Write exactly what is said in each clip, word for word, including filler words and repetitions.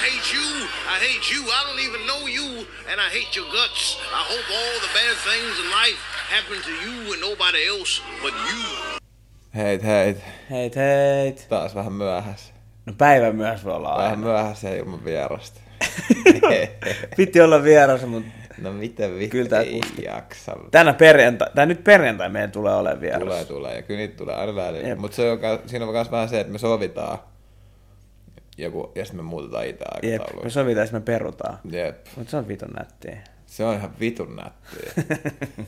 hate you. I hate you. I don't even know you, and I hate your guts. I hope all the bad things in life happen to you and nobody else but you. Heit heit. Heit heit. Taas vähän myöhässä. No päivän myös voi olla Vähän aina. myöhässä ilman vierasta. Piti olla vieras, mutta No miten vittu Kyllä tää ei kuski. jaksa. tänä perjantai, tai nyt perjantai meidän tulee olemaan vieras. Tulee, tulee. Ja kyllä niitä tulee aina välillä. Jep. Mutta se on, siinä on myös vähän se, että me sovitaan. Joku, ja sitten me muutetaan itse Jep, aikatauluja. me sovitaan, että me perutaan. Jep. Mutta se on vitun nättiä. Se on ihan vitun nättiä.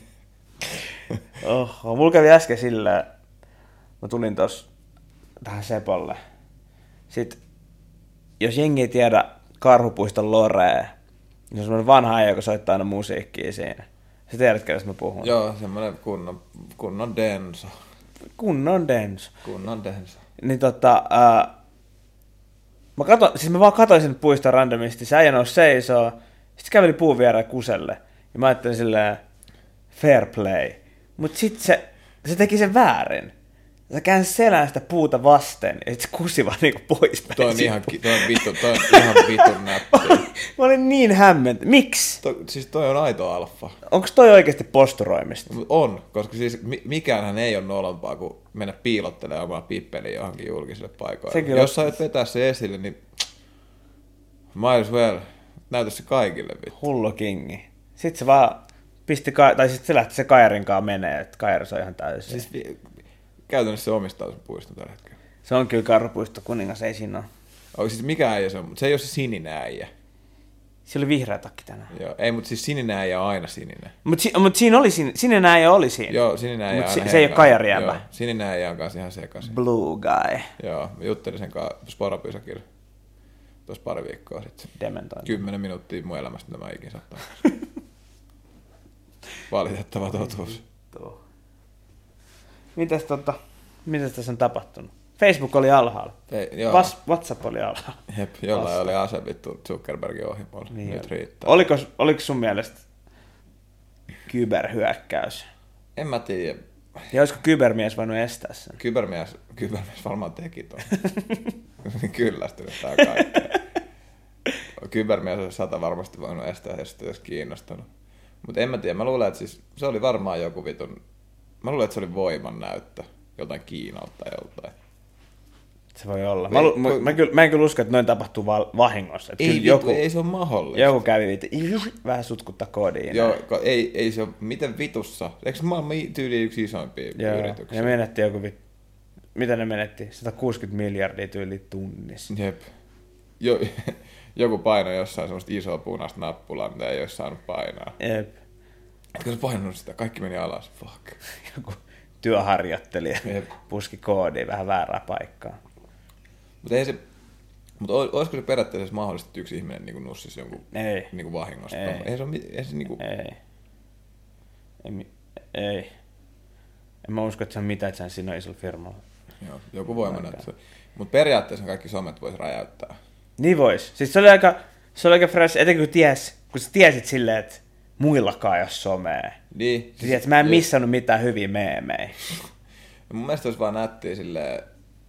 Oho, mulla kävi äsken sillä, mä tulin tossa tähän Sepolle. Sitten, jos jengi ei tiedä Karhupuiston Lorea, niin se on semmoinen vanha äijä, joka soittaa aina musiikkia siinä. Sä tiedätkö, jos mä puhun? Joo, semmoinen kunnon, kunnon denso. Kunnon dance. Kunnon denso. Niin tota, ää, mä, kato, siis mä vaan katoin sen puiston randomisti, se äijä nousi seisoo, sitten käveli puun viereen kuselle. Ja mä ajattelin silleen, fair play. Mut sit se, se teki sen väärin. Se käänsi selään sitä puuta vasten, ja sit se kusi vaan niinku poispäin. Toi on siitä ihan, pu- toi on vittu, toi on ihan vitun nättiä. Mä olin niin hämmentynyt. Miksi? To, siis toi on aito alfa. Onks toi oikeesti posturoimista? Mut on, koska siis mi- mikäänhän ei ole nolompaa kuin mennä piilottelemaan omaa pippeliä johonkin julkisille paikoille. Se kyllä- Jos sä et vetää se esille, niin might as well. Näytä se kaikille vittu. Hullu kingi. Sitten se vaan pisti, ka- tai sitten se lähti se Kairinkaan menee, että Kairi on ihan täysin. Siis vi- käytännössä se omistaa sen puiston tällä hetkellä. Se on kyllä Karhupuisto kuningas, ei siinä ole. Oh, siis mikä äijä se on, mutta se ei ole se sininen äijä. Siellä oli vihreä takki tänään. Joo, ei, mutta siis sininen äijä on aina sininen. Mutta si- mut siinä oli, sin- sininen äijä oli siinä. Joo, sininen äijä Mut on se- aina se ei hengaa. oo Kajari-jäbä. Joo, sininen äijä on kanssa ihan sekaisin. Blue guy. Joo, mä juttelin sen kanssa Sporapysakilla tuossa pari viikkoa sitten. Dementointi. Kymmenen minuuttia mun elämästä, mitä mä ikin sattaa. Valitettava totuus. Tuo. Mitäs tota, mitäs tässä on tapahtunut? Facebook oli alhaalla. Ei, joo, Vas- WhatsApp oli alhaalla. jep, jollain Vasta. oli ase vittu Zuckerbergin ohimolla. Niin Nyt oli. riittää. Oliko, oliko sun mielestä kyberhyökkäys? En mä tiedä. Ja olisiko kybermies voinut estää sen? Kybermies, kybermies varmaan teki ton. Kyllästynyt tää kaikkea. Kybermies olisi sata varmasti voinut estää, jos sitä olisi kiinnostunut. Mutta en mä tiedä, mä luulen, että siis se oli varmaan joku vitun... Mä luulen, että se oli voiman näyttö joltain Kiinalta tai joltain. Se voi olla. Ei, Mä, lu- mä, kun- mä, kyllä, mä en kyllä usko, että noin tapahtuu va- vahingossa. Että Ei kyllä vittu, joku, ei se ole mahdollista. joku kävi vittu, vähän sutkuttaa koodiin. Joo, ko- ei, ei se ole, miten vitussa? Eikö se maailman tyyli yksi isoimpia Joo. yrityksiä? Ja menetti joku vittu. Mitä ne menetti? sata kuusikymmentä miljardia tyyli tunnissa. Jep. Jo, joku paino jossain semmoista isoa punaista nappulaa, mitä ei olisi saanut painaa. Jep. Etkö se painanut sitä? Kaikki meni alas. Fuck. Joku työharjoittelija Jep. puski koodiin vähän väärää paikkaa. Mutta ei se... Mutta olisiko se periaatteessa mahdollista, että yksi ihminen niin nussisi jonkun Ei. niin vahingosta? Ei. Ei se, ole, ei se niin kuin... Ei. Ei. mi- Ei. En mä usko, että se on mitään, että se siinä on isolla firmalla. Joo, joku voima näyttää. Mutta periaatteessa kaikki somet voisi räjäyttää. Niin vois. Siis se oli aika, se oli aika fresh, etenkin kun ties, kun sä tiesit silleen, että muillakaan ei ole somea. Niin. Siis, tiedät, mä en missannut mitään hyviä meemejä. Ja mun mielestä olisi vaan nättiä silleen,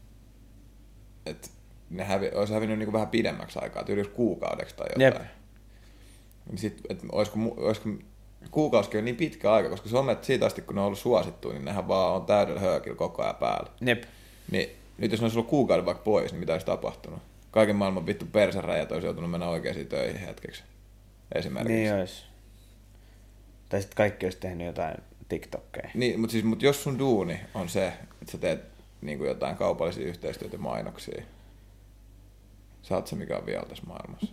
että ne hävi, olisi hävinnyt niinku vähän pidemmäksi aikaa, tyyli kuukaudeksi tai jotain. Jep. Niin sit, et olisiko, mu- olisiko kuukausikin on niin pitkä aika, koska somet siitä asti kun ne on ollut suosittuja, niin nehän vaan on täydellä höökillä koko ajan päällä. Jep. Niin nyt jos ne olisi ollut kuukauden vaikka pois, niin mitä olisi tapahtunut? Kaiken maailman vittu perseräjät olisi joutunut mennä oikeisiin töihin hetkeksi. Esimerkiksi. Niin olisi. Tai sitten kaikki olisi tehnyt jotain TikTokkeja. Niin, mutta siis, mut jos sun duuni on se, että sä teet niin kuin jotain kaupallisia yhteistyötä ja mainoksia, sä oot se, mikä on vielä tässä maailmassa.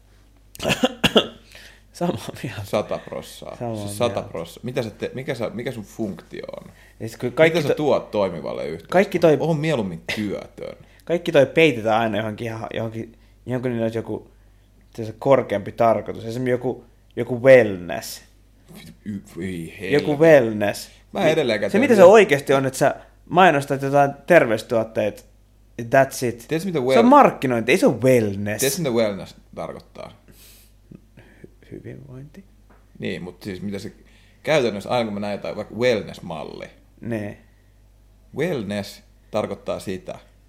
Samaa mieltä. Sata prossaa. Samaa Siis sata mieltä. prossaa. Mitä sä te, mikä, sä, mikä sun funktio on? Ja sit kun kaikki, Mitä sä to, tuot toimivalle yhteistyölle? Kaikki toi- On mieluummin työtön. kaikki toi peitetään aina johonkin, ihan- johonkin, johonkin niillä olisi joku se korkeampi tarkoitus. Esimerkiksi joku, joku wellness. Y- Ei hei. Joku wellness. Mä en edelleenkään Se tiedä, mitä se mitä- oikeasti on, että sä mainostat jotain terveystuotteita. That's it. Tiedätkö, mitä Se well... on markkinointi, ei se ole wellness. Tiedätkö, mitä wellness tarkoittaa? Hyvinvointi. Niin, mutta siis mitä se... Käytännössä aina kun mä näen jotain, vaikka wellness-malli. Ne. Wellness tarkoittaa sitä, että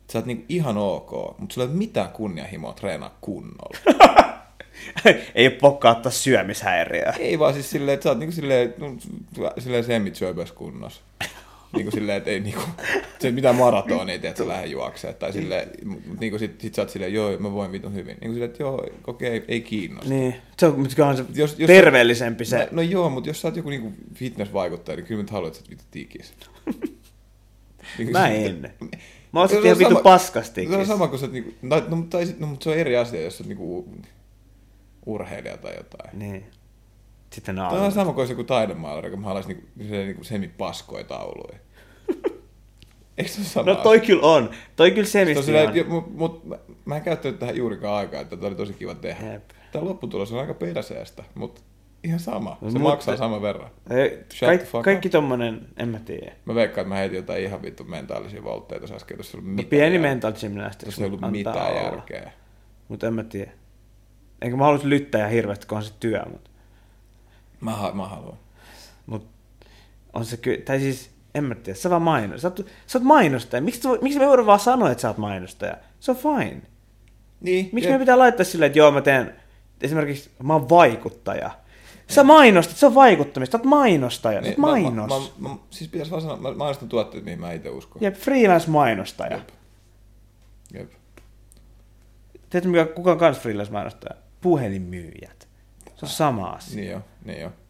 sä oot niinku ihan ok, mutta sulla ei ole mitään kunnianhimoa treenaa kunnolla. Ei ole pokkaa ottaa syömishäiriöä. Ei vaan siis silleen, että sä oot niinku silleen, no, silleen semmit-syöpössä kunnossa. Niinku silleen, että ei niinku, se ei mitään maratonia, että sä lähde juokseen. Tai silleen, niinku sit, sit sä oot silleen, joo, mä voin vitun hyvin. Niinku silleen, että joo, okei, ei, ei kiinnosta. Niin, se on, mutta on se jos, jos terveellisempi se. No, no joo, mutta jos sä oot joku niinku fitness-vaikuttaja, niin kyllä mä haluat, että sä oot vittu tikis. Niinku mä sit, en. Mä oon sit ihan vittu paskastikis. Se on sama kuin sä oot niinku, no, no, tai sit, no, mutta se on eri asia, jos sä oot niinku urheilija tai jotain. Niin. Sitten Tämä on sama kuin joku taidemaalari, kun mä haluaisin niinku, niinku semi-paskoja tauluja. Eikö se ole sama No toi asia? kyllä on. Toi kyllä semisti on. Mutta mut, mä, mä en käyttänyt tähän juurikaan aikaa, että tämä oli tosi kiva tehdä. Jep. Tämä lopputulos on aika perseestä, mutta ihan sama. Se Mut- maksaa saman verran. Ei, Shut kaik, the fuck kaikki up. tommonen, en mä tiedä. Mä veikkaan, että mä heitin jotain ihan vittu mentaalisia voltteja tuossa äsken, jos ei ollut No, mitään pieni järkeä. mental gymnastics. Jos ei ollut antaa mitään olla. järkeä. Mutta en mä tiedä. Enkä mä halus lyttää hirveästi, kun on se työ, mutta Mä, ha- mä haluan. mut on se kyllä, tai siis, en mä tiedä, sä vaan mainos. Sä oot, sä oot mainostaja. Miksi, miksi me voidaan vaan sanoa, että sä oot mainostaja? Se on fine. Niin. Miksi jep. me pitää laittaa silleen, että joo, mä teen, esimerkiksi mä oon vaikuttaja. Sä mainostat, se on vaikuttamista, sä oot mainostaja, Niin, sä oot mainos. Mä, mä, mä, siis pitäisi vaan sanoa, mä mainostan tuotteet, mihin mä itse uskon. Jep, freelance-mainostaja. Jep. Jep. Tiedätkö, mikä, kuka on kans freelance-mainostaja? Puhelinmyyjät. Se on sama asia. Niin jo, niin jo.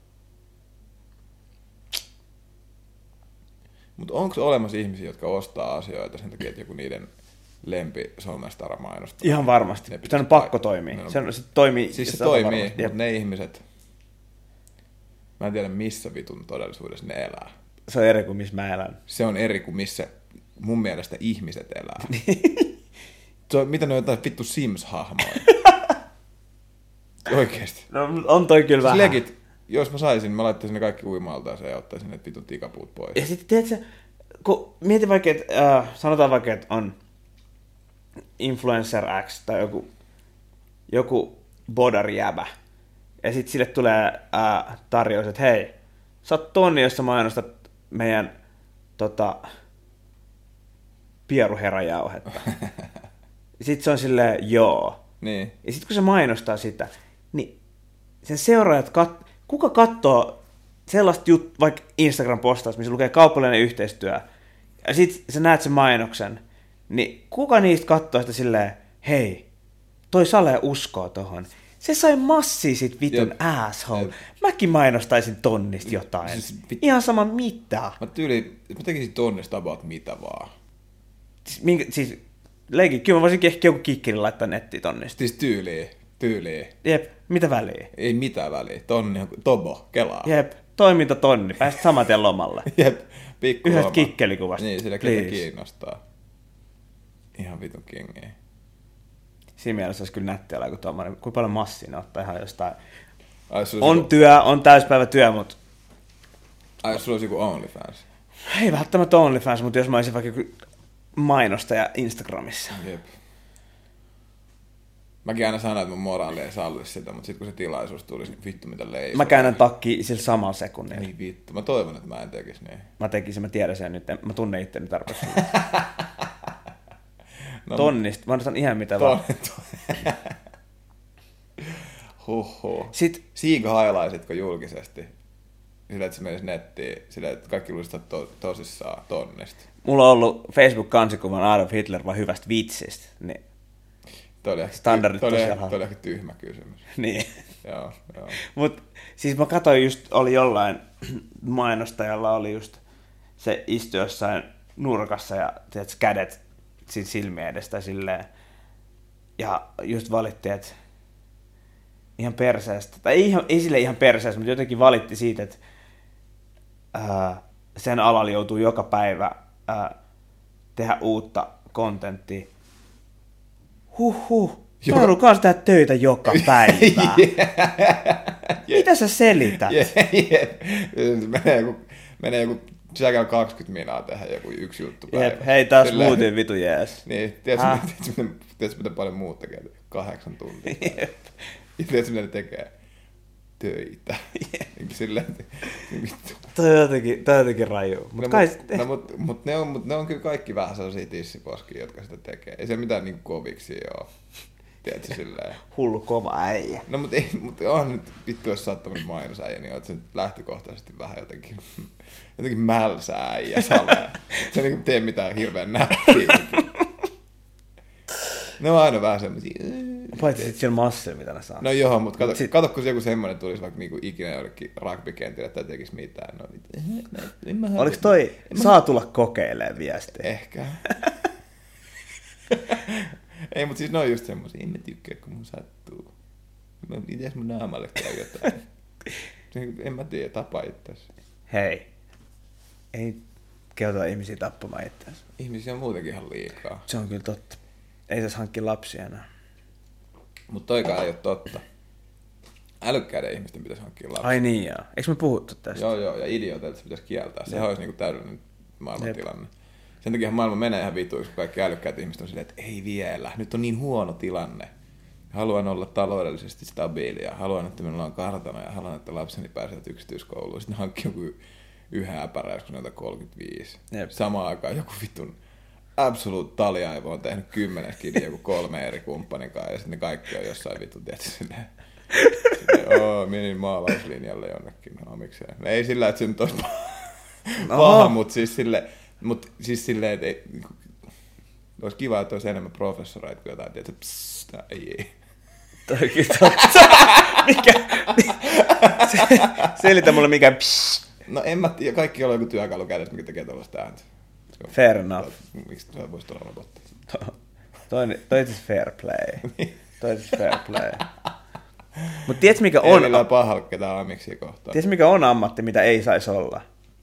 Mutta onko olemassa ihmisiä, jotka ostaa asioita sen takia, että joku niiden lempi somestara mainostaa? Ihan varmasti. Ne Se pitäisi on pakko paik- toimia. ne on- Se, on, se toimii. Siis se sata toimii, varmasti. mutta Jep. ne ihmiset, mä en tiedä missä vitun todellisuudessa ne elää. Se on eri kuin missä mä elän. Se on eri kuin missä mun mielestä ihmiset elää. Se on, mitä ne on jotain vittu Sims-hahmoja? Oikeesti. No on toi kyllä Siis vähän. legit, jos mä saisin, mä laittaisin ne kaikki uimaltaaseen ja ottaisin ne vitun tikapuut pois. Ja sitten tiedätkö, kun mieti vaikka, että äh, sanotaan vaikka, että on influencer X tai joku, joku bodarjäbä. Ja sitten sille tulee äh, tarjous, että hei, sä oot tonni, jos sä mainostat meidän tota, pieruherajauhetta. Sitten se on silleen, joo. Niin. Ja sitten kun se mainostaa sitä, niin sen seuraajat, kat- kuka katsoo sellaista jut- vaikka Instagram-postausta, missä lukee kaupallinen yhteistyö, ja sitten sä näet sen mainoksen, niin kuka niistä katsoo sitä silleen, hei, toi Sale uskoo tohon. Se sai massia sit vitun Jep. asshole. Jep. Mäkin mainostaisin tonnista jotain. Siis vit- Ihan sama mitä. Mä tyyli, mä tekisin tonnista about mitä vaan. Siis, minkä, siis leikin, kyllä mä voisin ehkä joku kikkirin laittaa nettiin tonnista. Siis tyyliä, tyyliä. Jep, mitä väliä? Ei mitään väliä. Tonni on tobo, kelaa. Jep, toimintatonni, pääsit saman tien lomalle. Jep, pikku Yhdestä loma. kikkelikuvasta. Niin, sillä ketä Please. kiinnostaa. Ihan vitun kingiä. Siinä mielessä olisi kyllä nättiä olla joku tuommoinen, kuinka paljon massia ne ottaa ihan jostain. Ai, sulla On joku, työ, on täyspäivä työ, mutta ai, sulla olisi joku OnlyFans. ei välttämättä OnlyFans, mutta jos mä olisin vaikka joku mainostaja Instagramissa. Jep. Mäkin aina sanon, että mun moraali ei salli sitä, mutta sitten kun se tilaisuus tulisi, niin vittu mitä leisua. Mä käännän takki sillä samalla sekunnilla. Niin vittu. Mä toivon, että mä en tekisi niin. Mä tekisin, mä tiedän sen nyt, mä tunnen itteni tarpeeksi. No, Tonnista, mä sanon ihan mitä vaan. ton, ton. Huhhuh. Sitten Siika hailaisitko julkisesti? Sillä, että se menisi nettiin, sillä, että kaikki luulisi to, tosissaan tonnista. mulla on ollut Facebook-kansikuvan Adolf Hitler vaan hyvästä vitsistä. Niin. Toi oli ehkä, Standardit toi oli, tosiaan. ehkä- toi oli ehkä tyhmä kysymys. niin. Joo, joo. Mut siis mä katsoin just, oli jollain mainostajalla oli just, se istui jossain nurkassa ja tiedätkö, kädet siinä silmien edestä silleen. Ja just valittiin, että ihan perseestä, tai ei, ihan, ei sille ihan perseestä, mutta jotenkin valitti siitä, että ää, sen alalla joutuu joka päivä ää, tehdä uutta kontenttia. Huhhuh, mä joudun kanssa tehdä töitä joka päivä. Mitä sä selität? Jep, jep. menee joku, menee joku säkään kaksikymmentä minaa tehdä joku yksi juttu päivä. Jep, hei taas Silleen- muuten vitu jees. Niin, tiedätkö, Ah. ah. tiedätkö, miten, tiedätkö miten paljon muut tekee? Kahdeksan tuntia. Ja tiedätkö, mitä ne tekee? töitä. Niin silleen, että vittu. Toi on jotenkin, toi on jotenkin raju. Mut No, kai, mut, no, mut, mut, ne on, mut ne on kyllä kaikki vähän sellaisia tissiposkia, jotka sitä tekee. Ei se mitään niin koviksi ole. Tiedätkö silleen? hullu kova äijä. No mut, ei, mut on nyt vittu, jos sä oot tämmönen mainosäijä, niin oot sä nyt lähtökohtaisesti vähän jotenkin, jotenkin mälsää äijä salee. Sä ei niin tee mitään hirveän näppiä. Ne on aina vähän semmosia. Paitsi sit siellä massilla, mitä ne saa. No joo, mutta kato, sit... kato kun joku semmoinen tulisi vaikka niinku ikinä jollekin rugbykentille tai tekisi mitään. No, en mä Oliko toi, saa tulla kokeilemaan viestiä? Ehkä. Ei, mutta siis ne on just semmosia, en mä tykkää, kun mun sattuu. Mites mun naamalle käy jotain? En mä tiedä, tapa itseasi. Hei, ei kehota ihmisiä tappamaan itseänsä. Ihmisiä on muutenkin ihan liikaa. Se on kyllä totta. Ei saisi hankkia lapsia enää. Mutta toikaan ei ole totta. Älykkäiden ihmisten pitäisi hankkia lapsia. Ai niin joo. Eikö me puhuttu tästä? Joo, joo, ja idiooteilta se pitäisi kieltää. Sehän olisi niinku täydellinen maailmantilanne. Sen takia maailma menee ihan vituiksi, kun kaikki älykkäät ihmiset on silleen, että ei vielä, nyt on niin huono tilanne. Haluan olla taloudellisesti stabiilia, haluan, että minulla on kartano ja haluan, että lapseni pääsevät yksityiskouluun. Sitten hankkii joku yhä äpäräys, kun ne on kolmekymmentäviisi. Jep. Samaan aikaan joku vitun absolute taliaivo on tehnyt kymmenes kidi joku kolme eri kumppanin kanssa ja sitten ne kaikki on jossain vittu, tietysti silleen. Sitten, oo, menin maalauslinjalle jonnekin, no miksei. No, ei sillä, että se nyt olisi paha, mutta siis silleen, Mutta siis silleen, että ei, olisi kiva, että olisi enemmän professoreita kuin jotain, että pssst, ei, ei. Toi kyllä totta. Mikä? Se, selitä mulle mikä pssst. No en mä tiedä, kaikki on joku työkalu kädessä, mikä tekee tuollaista ääntä. Fair enough. Miksi tuo voisi olla robotti? Toi, toi on fair play. Toi on fair play. Mutta tiedätkö mikä on... Ei millään pahalla ketään amiksia kohtaan. Tiedätkö mikä on ammatti, mitä ei saisi olla?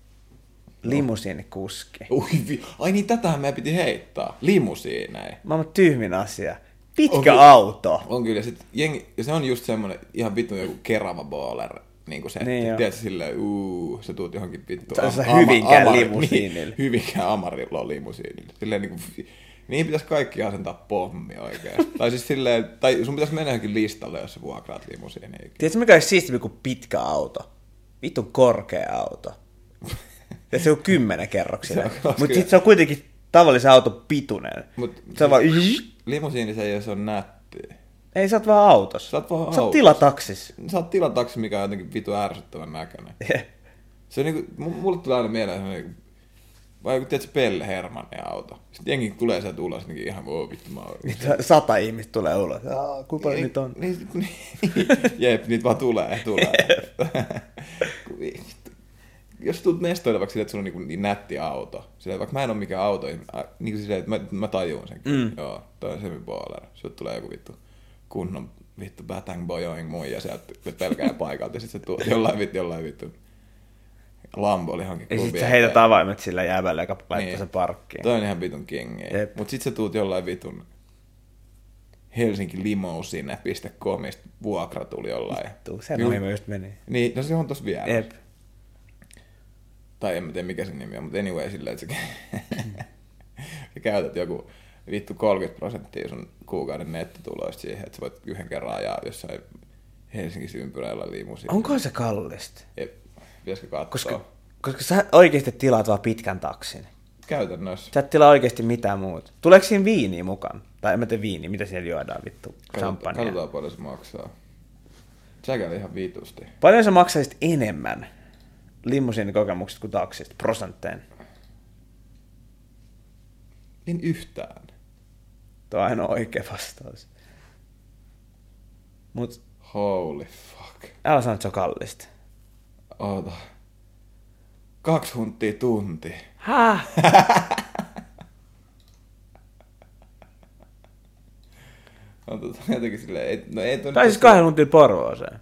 Limusiinikuski. Ui, vi- ai niin, tätähän meidän piti heittää. Limusiineja. Maailman tyhmin asia. Pitkä on kyllä, auto. On kyllä, ja, sit jengi, ja se on just semmoinen ihan vittu joku Kerava baller. Niin kuin se, niin tiedätkö silleen, uuu, sä tuut johonkin vittu. Se on Hyvinkään amari, limusiinille. Niin, Hyvinkään Amarilla limusiinille. Silleen niin kuin, niin pitäisi kaikki asentaa pommi oikein. tai siis silleen, tai sun pitäisi mennä johonkin listalle, jos sä vuokraat limusiiniin. Tiedätkö mikä olisi siistimpi kuin pitkä auto? Vittu korkea auto. Ja se on kymmenen kerroksinen. Mutta sitten se on kuitenkin tavallisen auton pituinen. Mut, se on vaan... Limusiini se ei ole, se on nättiä. Ei, sä oot vaan autossa. Sä oot vaan Sä oot tilataksis. Sä oot tilataksis, mikä on jotenkin vitu ärsyttävän näköinen. Yeah. Se on niinku, mulle tulee aina mieleen semmoinen, vai joku tiedätkö Pelle Hermannin auto. Sitten jengi tulee sieltä ulos, niin ihan voi vittu mä oon. Sata ihmistä tulee ulos. Kuinka paljon niitä on? Niin, niin, jep, niitä vaan tulee, tulee. Jos tulet mestoilevaksi sille, että sulla on niin, niin nätti auto, sille, vaikka mä en ole mikään auto, niin sille, että mä, mä tajuun sen. Mm. Joo, toi on semi-baller. Sieltä tulee joku vittu kunnon vittu batang bojoing mui ja sieltä pelkää paikalta ja sit sä tuot jollain vittu, jollain vittu Lambo oli johonkin klubiin. Ja sit sä heität avaimet sillä jäbällä, joka laittaa niin sen parkkiin. Toi on ihan vitun kingi. Mut sit sä tuut jollain vitun Helsinki Limousine piste comista vuokra tuli jollain. Vittu, sen ohi mä just meni. Niin, no se on tossa vieressä. Jep. Tai en mä tiedä mikä sen nimi on, mutta anyway silleen, että sä käytät joku vittu kolmekymmentä prosenttia sun kuukauden nettotuloista siihen, että sä voit yhden kerran ajaa jossain Helsingissä ympyräillä limusiin. Onko se kallista? Pitäisikö katsoa? Koska, koska sä oikeasti tilaat vaan pitkän taksin. Käytännössä. Sä et tilaa oikeasti mitään muuta. Tuleeko siinä viiniä mukaan? Tai en mä tee viiniä, mitä siellä juodaan vittu? Champagnea. Katsotaan paljon se maksaa. Sä käy ihan vitusti. Paljon sä maksaisit enemmän limusiinikokemuksista kuin taksista prosentteen? En yhtään. Tuo on ainoa oikea vastaus. Mut... Holy fuck. Älä sano, että se on kallista. Oota. Kaksi hunttia tunti. Häh? On tota jotenkin silleen, ei, no ei tai siis kahden huntia Porvooseen.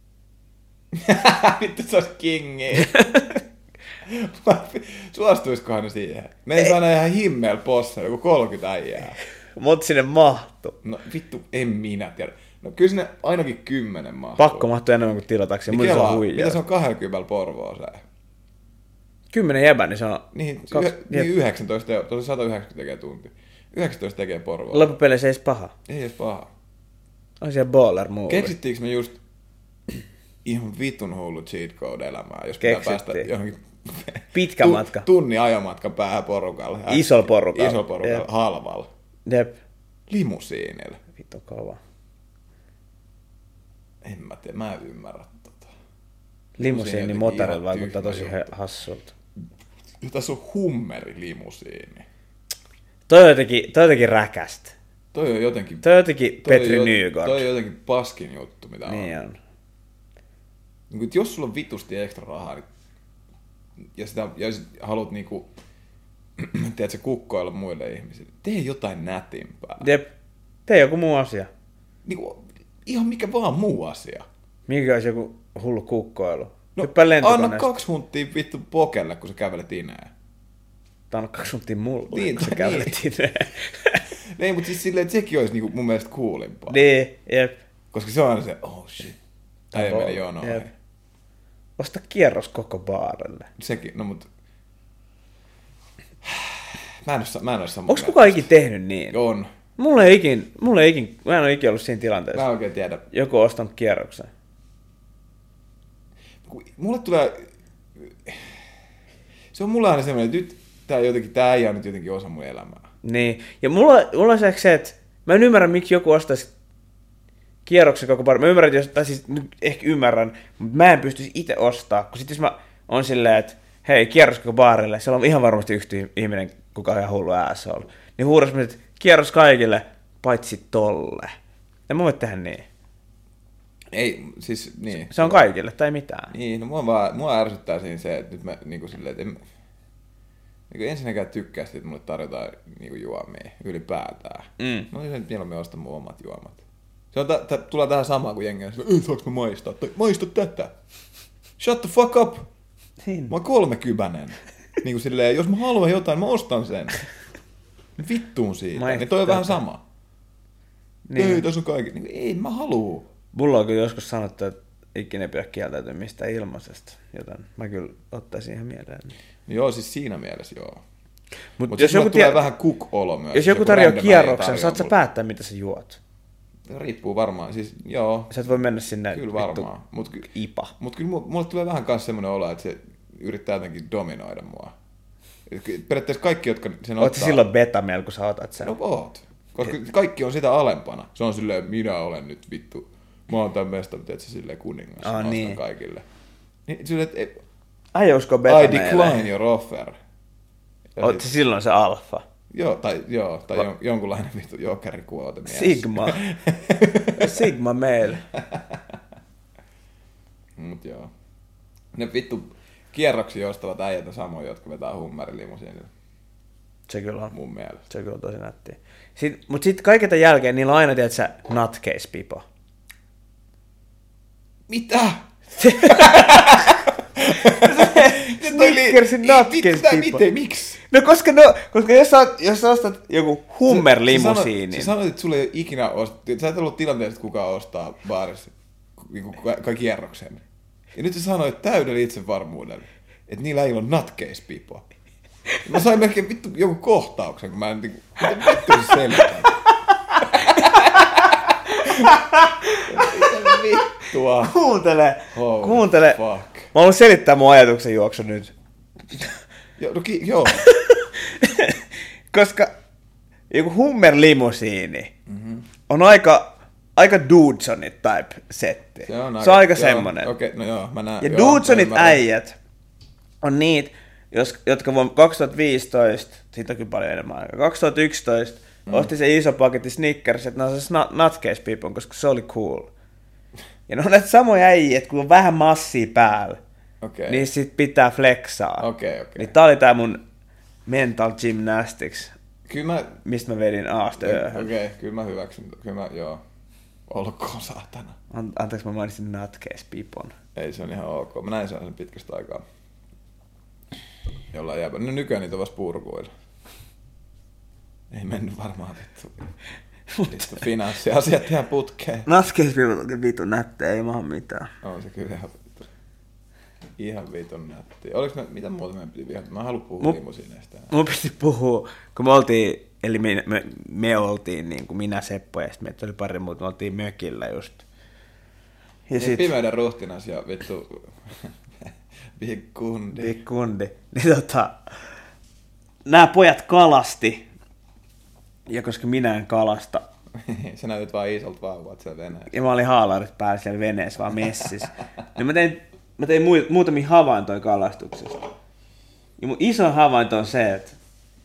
Vittu se olisi kingi. Suostuisikohan ne siihen? Ne ei saa aina ihan himmel possa, joku kolmekymmentä äijää. Mut sinne mahtuu. No vittu, en minä tiedä. No kyllä sinne ainakin kymmenen mahtuu. Pakko mahtuu enemmän kuin tilataksi. Niin kelaa, se mitä se on kaksikymmentä Porvooseen? Kymmenen jäbä, niin se on... Niin, kaksi, yh, niin yhdeksäntoista, tosi sata yhdeksänkymmentä tekee tunti. yhdeksäntoista tekee Porvooseen. Loppupeleissä se ei edes paha. Ei edes paha. On siellä baller move. Keksittiinkö me just ihan vitun hullu cheat code elämää, jos pitää päästä johonkin pitkä matka. Tunnin ajomatkan päähän porukalla. Isolla porukalla. Isolla porukalla, Jep. halvalla. Jep. Limusiinilla. Vittu kova. En mä tiedä, mä en ymmärrä tota. Limusiini motorilla vaikuttaa tosi hassulta. Tässä on hummeri limusiini. Toi on jotenkin, toi on jotenkin räkästä. Toi on jotenkin... Toi on jotenkin toi Petri on, Nygård. Toi on jotenkin paskin juttu, mitä niin on. on. Niin, jos sulla on vitusti ekstra rahaa, niin, ja, sitä, ja sit haluat niinku, tiedätkö, kukkoilla muille ihmisille, tee jotain nätimpää. Jep, tee joku muu asia. Niinku, ihan mikä vaan muu asia. Mikä olisi joku hullu kukkoilu? No, anna kaksi hunttia vittu pokelle, kun sä kävelet ineen. Tai anna kaksi hunttia mulle, niin, kun sä kävelet niin. ineen. Ei, mutta siis silleen, että sekin olisi niinku mun mielestä coolimpaa. Niin, jep. Koska se on aina se, oh shit, äijä meni jonoihin. Osta kierros koko baarelle. Sekin, no mut... Mä en oo, mä en oo samaa. Onks kukaan ikin tehnyt niin? On. Mulla ei ikin, mulla ei ikin, mä en oo ikin ollut siinä tilanteessa. Mä en oikein tiedä. Joku on ostanut kierroksen. Mulle tulee... Se on mulla aina semmoinen, että nyt tää, jotenkin, tää äijä on nyt jotenkin osa mun elämää. Niin, ja mulla, mulla on se, että mä en ymmärrä, miksi joku ostaisi kierroksen koko baarille. Mä ymmärrän, että jos, tai siis nyt ehkä ymmärrän, mutta mä en pystyisi itse ostaa. Kun sit jos mä on silleen, että hei, kierros koko baarille, siellä on ihan varmasti yhtä ihminen, kuka on ihan hullu asshole. Niin huudas mä, että kierros kaikille, paitsi tolle. En mä voi tehdä niin. Ei, siis niin. Se on kaikille, tai mitään. Niin, no mua, vaan, mua ärsyttää siinä se, että nyt mä niinku silleen, että en, niin ensinnäkään tykkää sitä, että mulle tarjotaan niinku juomia ylipäätään. Mm. Mä olisin mieluummin ostaa mun omat juomat. Se on t- t- tulee tähän samaan kuin jengi on silleen, ei saaks mä maistaa? Tai maista tätä. Shut the fuck up. Niin. Mä oon kolmekymmentä. Niin kuin silleen, jos mä haluan jotain, mä ostan sen. Vittuun siitä. Maista niin toi on tätä. vähän sama. Niin. Ei, tässä on kaikki. Niin, ei, mä haluu. Mulla on kyllä joskus sanottu, että ikinä ei pidä kieltäytyä mistään ilmaisesta, joten mä kyllä ottaisin ihan mieleen. No joo, siis siinä mielessä joo. Mut Mut jos siis joku tulee tie... vähän cook-olo myös. Jos joku tarjoaa kierroksen, saat sä päättää, mitä sä juot? Riippuu varmaan, siis joo. Sä et voi mennä sinne kyllä varmaan. Mut, ky- ipa. Mut kyllä mulle tulee vähän kanssa semmoinen olo, että se yrittää jotenkin dominoida mua. Periaatteessa kaikki, jotka sen Oot ottaa... Oot silloin beta-miel, kun sä otat sen? No oot. Koska kaikki on sitä alempana. Se on silleen, minä olen nyt vittu. Mä oon tämän mesta, mutta et sä silleen kuningas. Ah, mä niin. kaikille. Niin silleen, että... Ai usko beta I decline your offer. Oot sit... silloin se alfa? Joo, tai, joo, tai Va- jonkunlainen vittu jokerikuote mies. Sigma. Sigma meillä. Mut joo. Ne vittu kierroksia ostavat äijät on samoja, jotka vetää hummerilimosiinilla. Se kyllä on. Mun mielestä. Se kyllä on tosi nättiä. Sitten, mut sit kaiken tämän jälkeen niillä on aina, tiedät sä, nutcase-pipo. Mitä? Snickersin nutcase-pipo. Miten, miksi? No koska, no, koska jos, sä, jos sä ostat joku Hummer-limusiinin. Sä sanoit, että sulla ei ole ikinä ostaa, sä et ollut tilanteessa, että kukaan ostaa baarissa kai kierroksen. Ja nyt sä sanoit täydellä itsevarmuudella, että niillä ei ole nutcase-pipo. Mä sain melkein vittu joku kohtauksen, kun mä en niinku, miten vittu se selitän? Mitä vittua? Kuuntele, Holy kuuntele. Fuck. Mä haluan selittää mun ajatuksen juoksu nyt. Jo, no, ki- joo. Koska joku Hummer-limusiini mm-hmm. on aika, aika Dudesonit type setti. Se on aika, se on aika joo, semmonen. Okei, okay, no joo, mä näen. Ja joo, Dudesonit äijät on niitä, jos, jotka vuonna kaksituhattaviisitoista, siitä on kyllä paljon enemmän aikaa, kaksituhattayksitoista mm. osti se iso paketti Snickers, että ne on se nutcase-pipon, koska se oli cool. Ja ne on näitä samoja äijät, kun on vähän massia päällä, okay. niin sit pitää flexaa. Okay, okay. Niin tää oli tää mun mental gymnastics, kyllä mä... mistä mä vedin aasta ööhön. Okei, okay, kyllä mä hyväksyn. Kyllä mä, joo. Olkoon saatana. An- anteeksi, mä mainitsin nutcase-pipon. Ei, se on ihan ok. Mä näin sen pitkästä aikaa. Jollain jääpä. No nykyään niitä on vasta purkuilla. Ei mennyt varmaan vittu. Vittu finanssiasiat ihan putkeen. Nutcase-pipot on kyllä vitun nättejä, ei maha mitään. On se kyllä ihan vittu. Ihan vitun nätti. Oliko me, mitä muuta meidän piti viedä? Mä en halua puhua Mu- limusiineista. Mun piti puhua, kun me oltiin, eli me, me, me oltiin, niin kuin minä, Seppo ja sitten meitä oli pari muuta, me oltiin mökillä just Ja sit... Pimeyden ruhtinas ja vittu... Big kundi. Big kundi. Niin tota... Nää pojat kalasti. Ja koska minä en kalasta. Sä näytit vaan isolta vauvat siellä veneessä. Ja mä olin haalarit päällä siellä veneessä, vaan messissä. Niin mä tein, mä tein muutamia havaintoja kalastuksesta. Ja mun iso havainto on se, että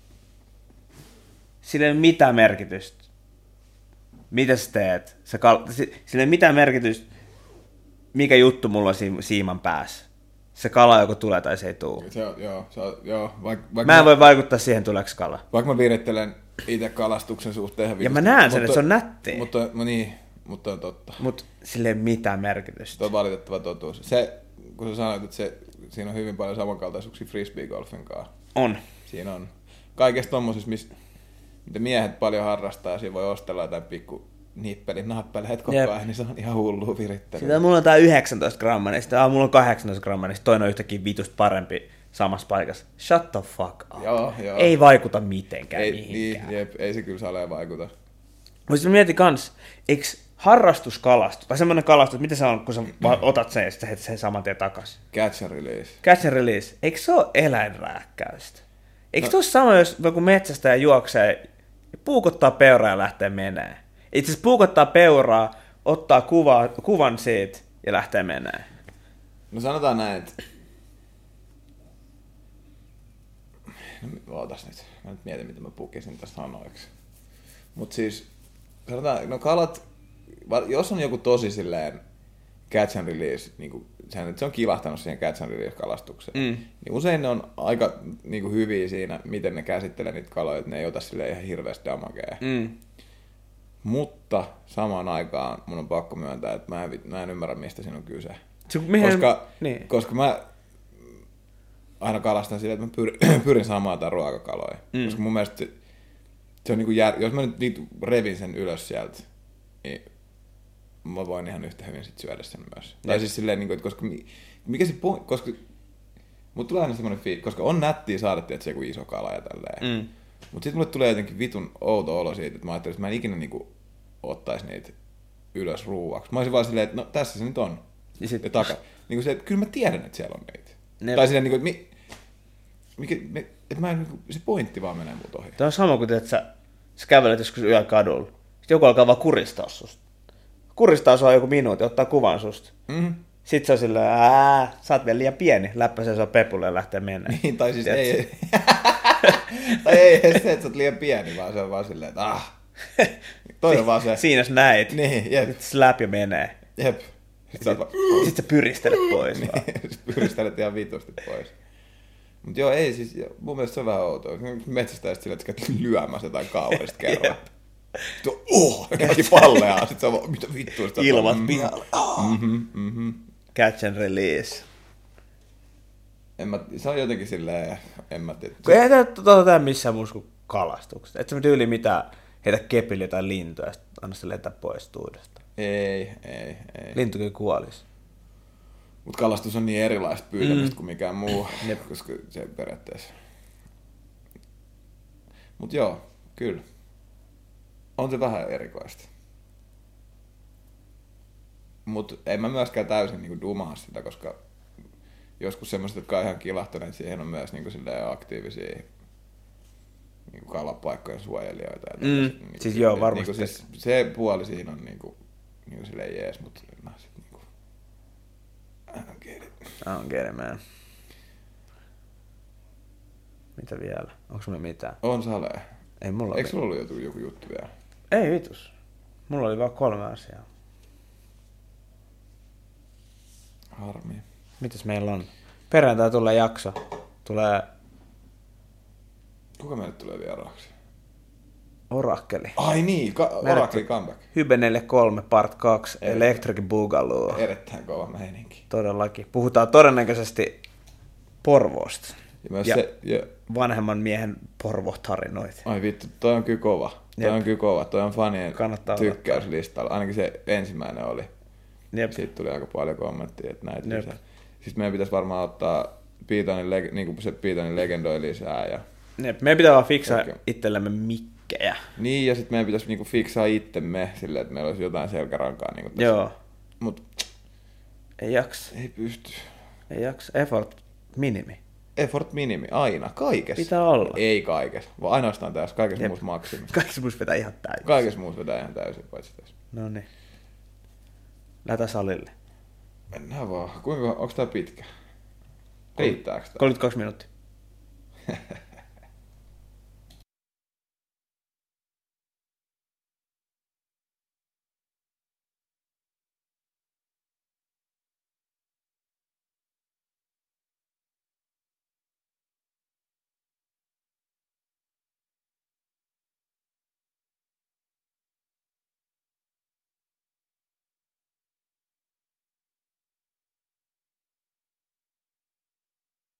sillä ei ole mitään merkitystä. Mitä sä teet? Sä kal- sillä ei ole mitään merkitystä, mikä juttu mulla on si- siiman päässä. Se kala joko tulee tai se ei tule. Se on, joo, se on, joo. Vaik, vaik mä en mä, voi vaikuttaa siihen, tuleeko kala. Vaikka mä virittelen itse kalastuksen suhteen. Ja mä näen sen, että se on nättiä. Mutta, no niin, mutta on totta. Mutta sillä ei ole mitään merkitystä. Se on valitettava totuus. Se, kun sä sanoit, että se, siinä on hyvin paljon samankaltaisuuksia frisbeegolfin kanssa. On. Siinä on. Kaikessa tommosessa, missä mitä miehet paljon harrastaa, ja siinä voi ostella jotain pikku nippelin nappeleet koko ajan, niin se on ihan hullua virittelyä. Sitä mulla on tää yhdeksäntoista grammaa, niin sitten mulla on kahdeksantoista grammaa, niin toinen on yhtäkkiä vitusta parempi samassa paikassa. Shut the fuck up. Joo, joo. Ei vaikuta mitenkään ei, mihinkään. Niin, jep, ei se kyllä saleen vaikuta. Mutta sitten mietin kans, eikö harrastuskalastus, tai semmoinen kalastus, mitä se on, kun sä otat sen ja sitten heität sen saman tien takaisin? Catch and release. Catch and release. Eikö se ole eläinrääkkäystä? Eikö no. se ole sama, jos joku metsästäjä juoksee ja puukottaa peuraa ja lähtee menee? Itse asiassa puukottaa peuraa, ottaa kuva, kuvan siitä ja lähtee menee. No sanotaan näin, että... No, ootas nyt. Mä nyt mietin, mitä mä pukisin tästä sanoiksi. Mut siis, sanotaan, no kalat, jos on joku tosi silleen catch and release, niin kuin, se on kilahtanut siihen catch and release kalastukseen, mm. niin usein ne on aika niin kuin, hyviä siinä, miten ne käsittelee niitä kaloja, että ne ei ota silleen ihan hirveästi damagea. Mm. Mutta samaan aikaan mun on pakko myöntää, että mä en, mä en ymmärrä, mistä siinä on kyse. Se, mihin... koska, niin. koska mä aina kalastan sillä, että mä pyrin, pyrin saamaan jotain ruokakaloja. Mm. Koska mun mielestä se, se on niinku jär... jos mä nyt niin revin sen ylös sieltä, niin mä voin ihan yhtä hyvin sit syödä sen myös. Ja. Tai siis silleen, että koska mikä se point, koska mut tulee aina semmoinen fiilis, koska on nättiä saada tietysti joku iso kala ja tälleen. Mm. Mut sit mulle tulee jotenkin vitun outo olo siitä, että mä ajattelin, että mä en ikinä niinku ottais niitä ylös ruuaksi. Mä olisin vaan silleen, että no tässä se nyt on. Ja, sit... ja taka. Niinku se, että kyllä mä tiedän, että siellä on niitä. Ne... Tai silleen, niinku, että, mi... mikä, me... että mä en, se pointti vaan menee mut ohi. Tämä on sama kuin, että sä, sä kävelet joskus yöllä kadulla. Sitten joku alkaa vaan kuristaa susta. Kuristaa sua joku minuutti, ottaa kuvan susta. Mm-hmm. Sitten se on silleen, ää, sä oot vielä liian pieni. Läppäsee sua pepulle ja lähtee mennä. Niin, tai siis ei, ei. Tai ei edes se, että sä oot liian pieni, vaan se on vaan silleen, että ah. Toi on vaan se. Siinä sä näit. Niin, jep. Sitten slap ja menee. Jep. Sitten sä, sit sä pyristelet pois. Niin, pyristelet ihan vitusti pois. Mut joo, ei siis, mun mielestä se on vähän outoa. Metsästä just silleen, että sä käyt lyömässä jotain kaurista kerran. Sitten on, oh, kaikki palleaa. Sitten se on vaan, mitä vittua. Ilmat mm-hmm. pihalle. Oh. Mm-hmm, mm-hmm. Catch and release. En mä, se on jotenkin silleen, en mä tiedä. Kun ei tuota tää missään muussa kuin kalastuksesta. Et sä tyyli mitään heitä kepille tai lintuja ja sitten anna se letää pois stuudesta. Ei, ei, ei. Lintukin kuolisi. Mut kalastus on niin erilaista pyytämistä mm. kuin mikään muu, koska se periaatteessa. Mut joo, kyllä. On se vähän erikoista. Mut en mä myöskään täysin niinku dumaa sitä, koska joskus semmoiset, jotka on ihan kilahtaneet, siihen on myös niinku aktiivisia niinku kalapaikkojen suojelijoita. Ja mm. niinku, siis joo, varmasti. Niinku siis se puoli siinä on niinku, niinku silleen jees, mut mä sit niinku... I don't get it. I don't get it, man. Mitä vielä? Onko sulla mitään? On salee. Ei mulla Eikö sulla ollut joku, joku juttu vielä? Ei vitus. Mulla oli vaan kolme asiaa. Harmi. Mitäs meillä on? Perjantai tulee jakso. Tulee... Kuka meille tulee vieraaksi? Orakkeli. Ai niin, ka- Orakkeli comeback. Hybe neljäkymmentäkolme part kaksi, Electric Boogaloo. Erittäin kova meininki. Todellakin. Puhutaan todennäköisesti Porvoosta. Ja myös ja se, ja... vanhemman miehen Porvo-tarinoita. Ai vittu, toi on kyllä kova. Toi Jep. on kyllä kova. Toi on fanien kannattaa tykkäyslistalla. Ainakin se ensimmäinen oli. Jep. Siitä tuli aika paljon kommenttia, että näitä lisää. Sitten meidän pitäisi varmaan ottaa Piitonin, leg- niin kuin se Piitonin legendoi lisää. Ja... Jep. Meidän pitää vaan fiksaa okay. itsellemme mikkejä. Niin, ja sitten meidän pitäisi niinku fiksaa itsemme silleen, että meillä olisi jotain selkärankaa. Niinku tässä. Joo. Mut Ei jaksa. Ei pysty. Ei jaksa. Effort minimi. Effort minimi, aina, kaikessa. Pitää olla. Ei kaikessa, vaan ainoastaan tässä, kaikessa Jep. muussa maksimi. Kaikessa muussa vetää ihan täysin. Kaikessa muussa vetää ihan täysin, paitsi tässä. No niin. Lähdetään salille. Mennään vaan. Kuinka, onko tää pitkä? Riittääkö tää? kolmekymmentäkaksi minuuttia.